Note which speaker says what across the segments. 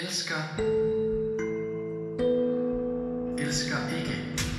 Speaker 1: Elsker ikke.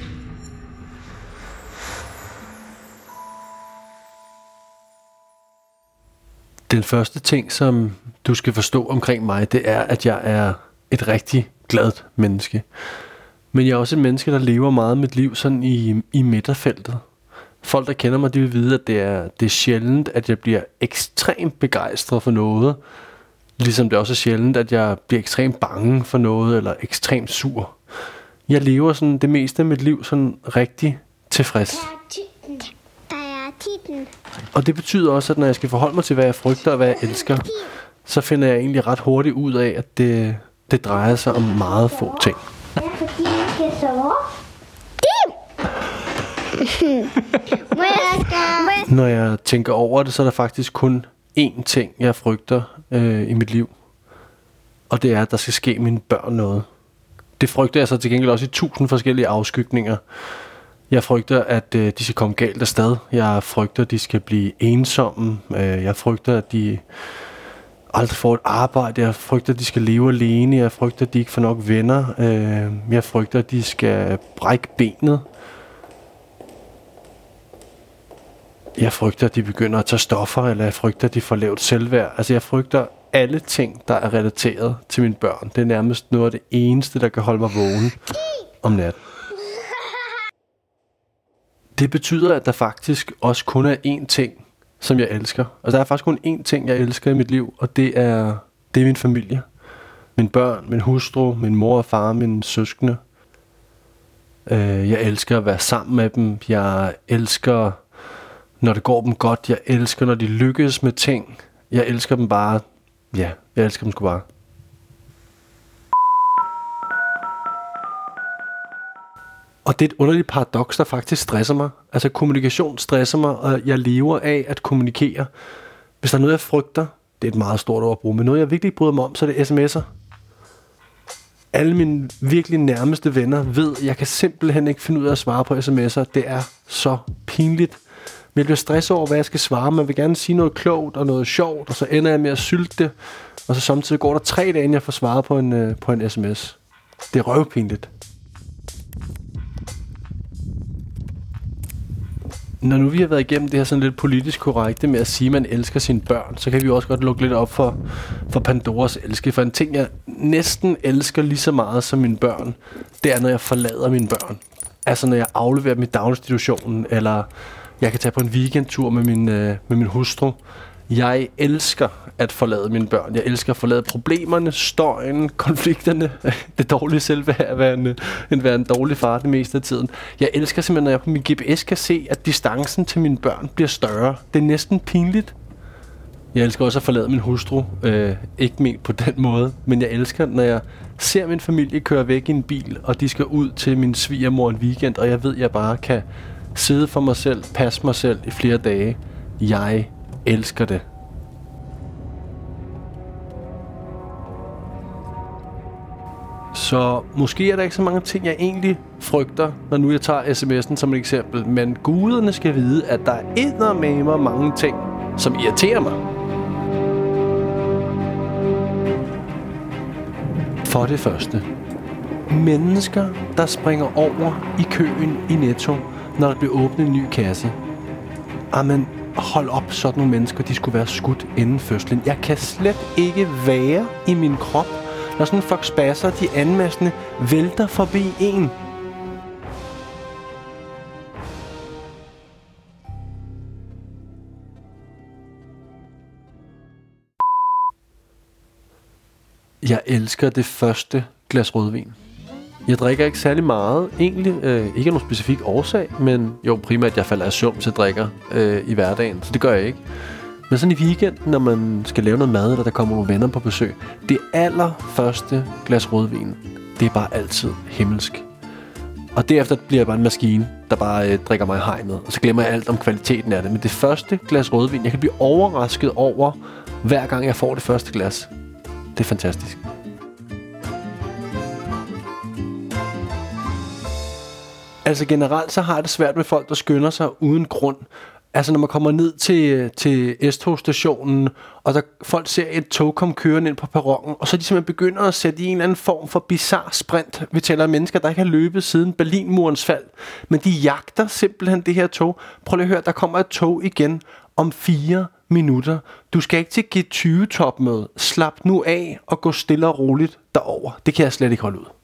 Speaker 2: Den første ting, som du skal forstå omkring mig, det er, at jeg er et rigtig glad menneske. Men jeg er også et menneske, der lever meget mit liv sådan i midterfeltet. Folk, der kender mig, de vil vide, at det er sjældent, at jeg bliver ekstremt begejstret for noget. Ligesom det også er sjældent, at jeg bliver ekstremt bange for noget, eller ekstremt sur. Jeg lever sådan det meste af mit liv sådan rigtig tilfreds.
Speaker 3: Der er titlen.
Speaker 2: Og det betyder også, at når jeg skal forholde mig til, hvad jeg frygter og hvad jeg elsker, så finder jeg egentlig ret hurtigt ud af, at det drejer sig om meget få ting.
Speaker 3: Ja, fordi jeg skal sove.
Speaker 2: Når jeg tænker over det, så er der faktisk kun én ting, jeg frygter i mit liv. Og det er, at der skal ske mine børn noget. Det frygter jeg så til gengæld også i 1000 forskellige afskygninger. Jeg frygter, at de skal komme galt afsted. Jeg frygter, at de skal blive ensomme. Jeg frygter, at de aldrig får et arbejde. Jeg frygter, at de skal leve alene. Jeg frygter, at de ikke får nok venner. Jeg frygter, at de skal brække benet. Jeg frygter, at de begynder at tage stoffer, eller jeg frygter, at de får lavt selvværd. Altså, jeg frygter alle ting, der er relateret til mine børn. Det er nærmest noget af det eneste, der kan holde mig vågen om natten. Det betyder, at der faktisk også kun er én ting, som jeg elsker. Altså, der er faktisk kun én ting, jeg elsker i mit liv, og det er min familie. Mine børn, min hustru, min mor og far, mine søskende. Jeg elsker at være sammen med dem. Jeg elsker, når det går dem godt. Jeg elsker, når de lykkes med ting. Jeg elsker dem bare. Ja, jeg elsker dem sgu bare. Og det er et underligt paradoks, der faktisk stresser mig. Altså kommunikation stresser mig, og jeg lever af at kommunikere. Hvis der er noget, jeg frygter, det er et meget stort ord at bruge, men noget, jeg virkelig ikke bryder mig om, så er det sms'er. Alle mine virkelig nærmeste venner ved, at jeg kan simpelthen ikke finde ud af at svare på sms'er. Det er så pinligt. Men jeg bliver stresset over, hvad jeg skal svare. Man vil gerne sige noget klogt og noget sjovt, og så ender jeg med at sylte det. Og så samtidig går der 3 dage, inden jeg får svaret på en sms. Det er røvpinligt. Når nu vi har været igennem det her sådan lidt politisk korrekte med at sige, at man elsker sine børn, så kan vi også godt lukke lidt op for Pandoras elske. For en ting, jeg næsten elsker lige så meget som mine børn, det er, når jeg forlader mine børn. Altså, når jeg afleverer dem i daginstitutionen, eller jeg kan tage på en weekendtur med min hustru. Jeg elsker at forlade mine børn. Jeg elsker at forlade problemerne, støjen, konflikterne, det dårlige selvværd, at være en dårlig far det meste af tiden. Jeg elsker simpelthen, når jeg på min GPS kan se, at distancen til mine børn bliver større. Det er næsten pinligt. Jeg elsker også at forlade min hustru. Ikke ment på den måde, men jeg elsker, når jeg ser min familie køre væk i en bil, og de skal ud til min svigermor en weekend, og jeg ved, at jeg bare kan sidde for mig selv, passe mig selv i flere dage. Jeg elsker det. Så måske er der ikke så mange ting, jeg egentlig frygter, når nu jeg tager sms'en som et eksempel. Men guderne skal vide, at der er eddermame mange ting, som irriterer mig. For det første. Mennesker, der springer over i køen i Netto, når der bliver åbnet en ny kasse. Amen, hold op, sådan nogle mennesker, de skulle være skudt inden fødslen. Jeg kan slet ikke være i min krop, når sådan en flok spasser, de anmassende, vælter forbi en. Jeg elsker det første glas rødvin. Jeg drikker ikke særlig meget, egentlig. Ikke af nogen specifik årsag, men jo primært, jeg falder af søvn til drikker i hverdagen, så det gør jeg ikke. Men sådan i weekenden, når man skal lave noget mad, eller der kommer nogle venner på besøg, det allerførste glas rødvin, det er bare altid himmelsk. Og derefter bliver jeg bare en maskine, der bare drikker mig i hegnet, og så glemmer jeg alt om kvaliteten af det. Men det første glas rødvin, jeg kan blive overrasket over, hver gang jeg får det første glas. Det er fantastisk. Altså generelt så har jeg det svært med folk, der skynder sig uden grund. Altså når man kommer ned til S-togstationen, og der folk ser et tog komme kørende ind på perronen, og så de simpelthen begynder at sætte i en eller anden form for bizarre sprint. Vi taler om mennesker, der ikke har løbet siden Berlinmurens fald, men de jagter simpelthen det her tog. Prøv lige at høre, der kommer et tog igen om 4 minutter. Du skal ikke til G20-topmøde. Slap nu af og gå stille og roligt derover. Det kan jeg slet ikke holde ud.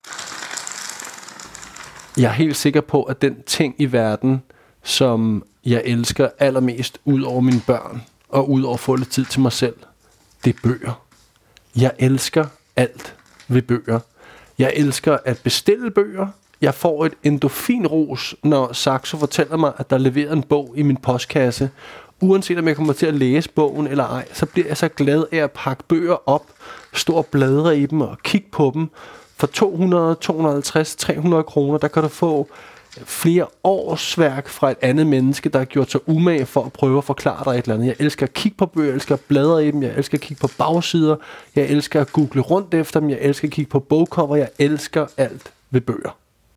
Speaker 2: Jeg er helt sikker på, at den ting i verden, som jeg elsker allermest ud over mine børn, og ud over at få lidt tid til mig selv, det er bøger. Jeg elsker alt ved bøger. Jeg elsker at bestille bøger. Jeg får et endorfinrus, når Saxo fortæller mig, at der er leveret en bog i min postkasse. Uanset om jeg kommer til at læse bogen eller ej, så bliver jeg så glad af at pakke bøger op, stå og bladre i dem og kigge på dem. For 200, 250, 300 kroner, der kan du få flere årsværk fra et andet menneske, der har gjort sig umage for at prøve at forklare dig et eller andet. Jeg elsker at kigge på bøger, jeg elsker at bladre i dem, jeg elsker at kigge på bagsider, jeg elsker at google rundt efter dem, jeg elsker at kigge på bogcover, jeg elsker alt ved bøger.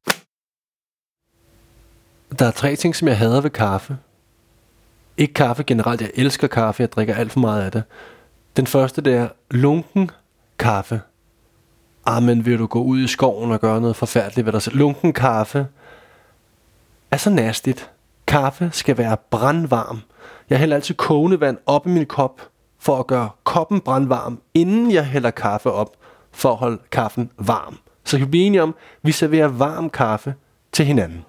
Speaker 2: Der er 3 ting, som jeg hader ved kaffe. Ikke kaffe generelt, jeg elsker kaffe, jeg drikker alt for meget af det. Den første, det er lunken kaffe. Men vil du gå ud i skoven og gøre noget forfærdeligt ved dig selv? Lunken kaffe er så nastigt. Kaffe skal være brandvarm. Jeg hælder altid kogende vand op i min kop, for at gøre koppen brandvarm, inden jeg hælder kaffe op, for at holde kaffen varm. Så kan vi blive enige om, at vi serverer varm kaffe til hinanden.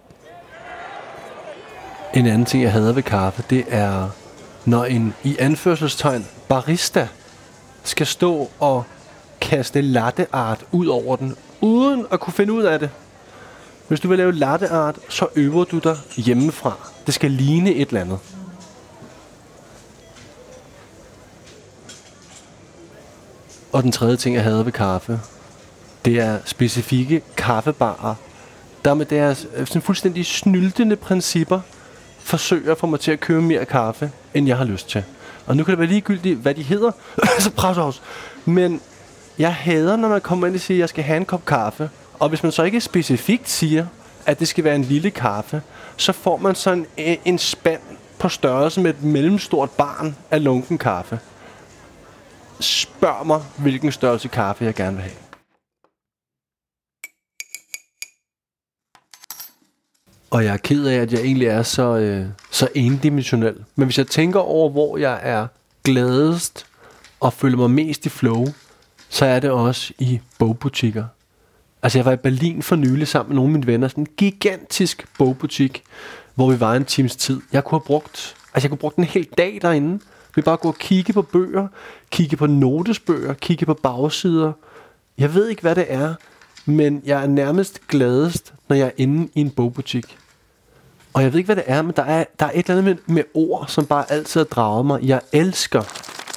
Speaker 2: En anden ting, jeg hader ved kaffe, det er, når en i anførselstegn barista skal stå og kaste latte art ud over den, uden at kunne finde ud af det. Hvis du vil lave latte art, så øver du dig hjemmefra. Det skal ligne et eller andet. Og den tredje ting, jeg hader ved kaffe, det er specifikke kaffebarer, der med deres sådan fuldstændig snyltende principper forsøger at få mig til at købe mere kaffe, end jeg har lyst til. Og nu kan det være ligegyldigt, hvad de hedder, så pressehavs. Men jeg hader, når man kommer ind og siger, at jeg skal have en kop kaffe. Og hvis man så ikke specifikt siger, at det skal være en lille kaffe, så får man sådan en spand på størrelse med et mellemstort barn af lunken kaffe. Spørg mig, hvilken størrelse kaffe jeg gerne vil have. Og jeg er ked af, at jeg egentlig er så endimensionel. Men hvis jeg tænker over, hvor jeg er gladest og føler mig mest i flow, så er det også i bogbutikker. Altså jeg var i Berlin for nylig sammen med nogle af mine venner. Sådan en gigantisk bogbutik, hvor vi var en times tid. Jeg kunne brugt en hel dag derinde. Vi bare gå og kigge på bøger, kigge på notesbøger, kigge på bagsider. Jeg ved ikke, hvad det er, men jeg er nærmest gladest, når jeg er inde i en bogbutik. Og jeg ved ikke, hvad det er, men der er et eller andet med ord, som bare altid har draget mig. Jeg elsker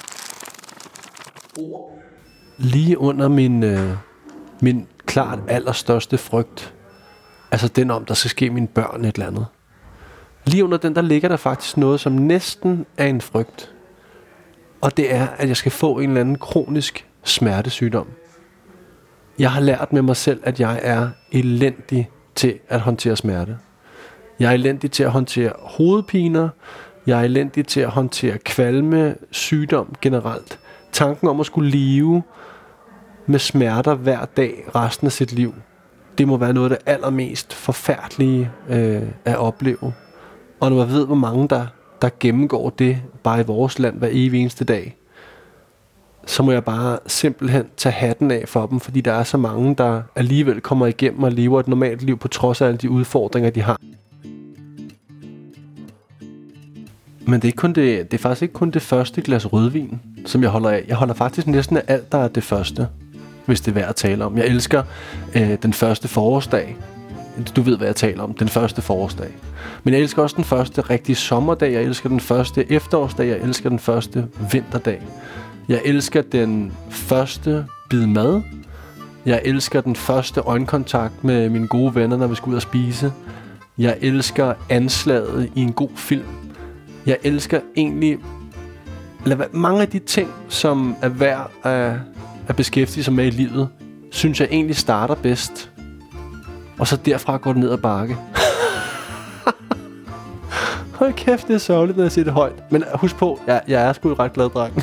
Speaker 2: ord. Lige under min klart allerstørste frygt, altså den om, der skal ske mine børn et eller andet. Lige under den, der ligger der faktisk noget, som næsten er en frygt. Og det er, at jeg skal få en eller anden kronisk smertesygdom. Jeg har lært med mig selv, at jeg er elendig til at håndtere smerte. Jeg er elendig til at håndtere hovedpiner. Jeg er elendig til at håndtere kvalme, sygdom generelt. Tanken om at skulle leve med smerter hver dag resten af sit liv, det må være noget af det allermest forfærdelige at opleve. Og når man ved, hvor mange der gennemgår det bare i vores land hver evig eneste dag, så må jeg bare simpelthen tage hatten af for dem, fordi der er så mange, der alligevel kommer igennem og lever et normalt liv på trods af alle de udfordringer, de har. Men det er faktisk ikke kun det første glas rødvin, som jeg holder af. Jeg holder faktisk næsten af alt, der er det første, hvis det er værd at tale om. Jeg elsker den første forårsdag. Du ved, hvad jeg taler om. Den første forårsdag. Men jeg elsker også den første rigtige sommerdag. Jeg elsker den første efterårsdag. Jeg elsker den første vinterdag. Jeg elsker den første bid mad. Jeg elsker den første øjenkontakt med mine gode venner, når vi skal ud og spise. Jeg elsker anslaget i en god film. Jeg elsker egentlig mange af de ting, som er værd at beskæftige sig med i livet, synes jeg egentlig starter bedst. Og så derfra går det ned ad bakke. Hold kæft, det er sørgeligt, når jeg siger det højt. Men husk på, jeg er sgu en ret glad dreng.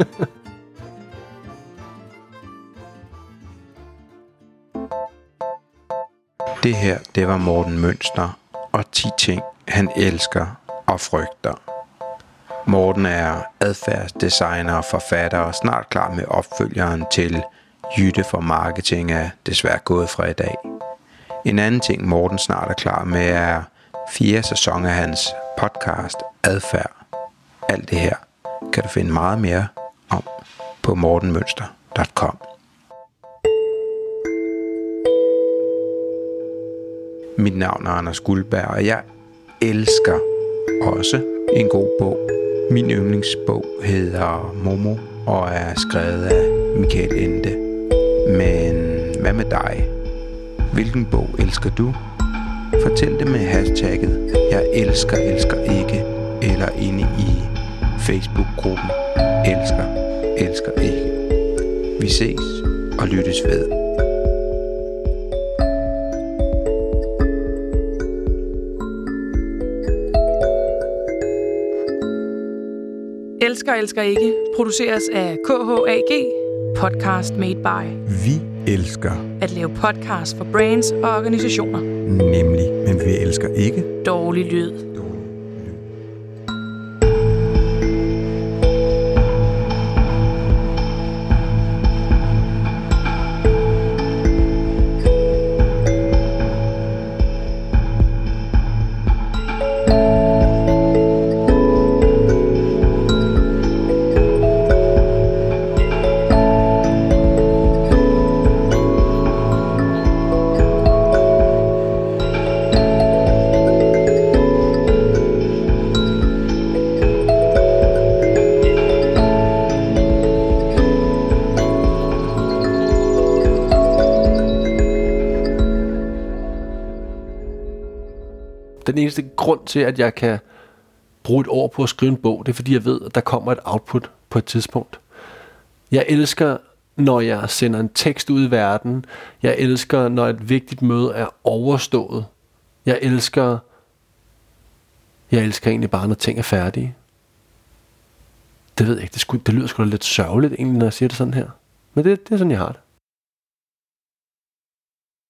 Speaker 4: Det her, det var Morten Mønster og 10 ting, han elsker og frygter. Morten er adfærdsdesigner og forfatter og snart klar med opfølgeren til Jytte for Marketing er desværre gået fra i dag. En anden ting, Morten snart er klar med, er 4. sæson af hans podcast Adfærd. Alt det her kan du finde meget mere om på mortenmønster.com. Mit navn er Anders Guldberg, og jeg elsker også en god bog. Min yndlingsbog hedder Momo og er skrevet af Michael Ende. Men hvad med dig? Hvilken bog elsker du? Fortæl det med hashtagget Jeg elsker ikke eller inde i Facebook-gruppen elsker ikke. Vi ses og lyttes ved.
Speaker 5: Elsker ikke produceres af KHAG, podcast made by.
Speaker 6: Vi elsker
Speaker 5: At lave podcast for brands og organisationer.
Speaker 6: nemlig, men vi elsker ikke
Speaker 5: Dårlig lyd.
Speaker 2: Den eneste grund til, at jeg kan bruge et år på at skrive en bog, det er fordi, jeg ved, at der kommer et output på et tidspunkt. Jeg elsker, når jeg sender en tekst ud i verden. Jeg elsker, når et vigtigt møde er overstået. Jeg elsker egentlig bare, når ting er færdige. Det ved jeg ikke. Det lyder sgu da lidt sørgeligt, egentlig, når jeg siger det sådan her. Men det er sådan, jeg har det.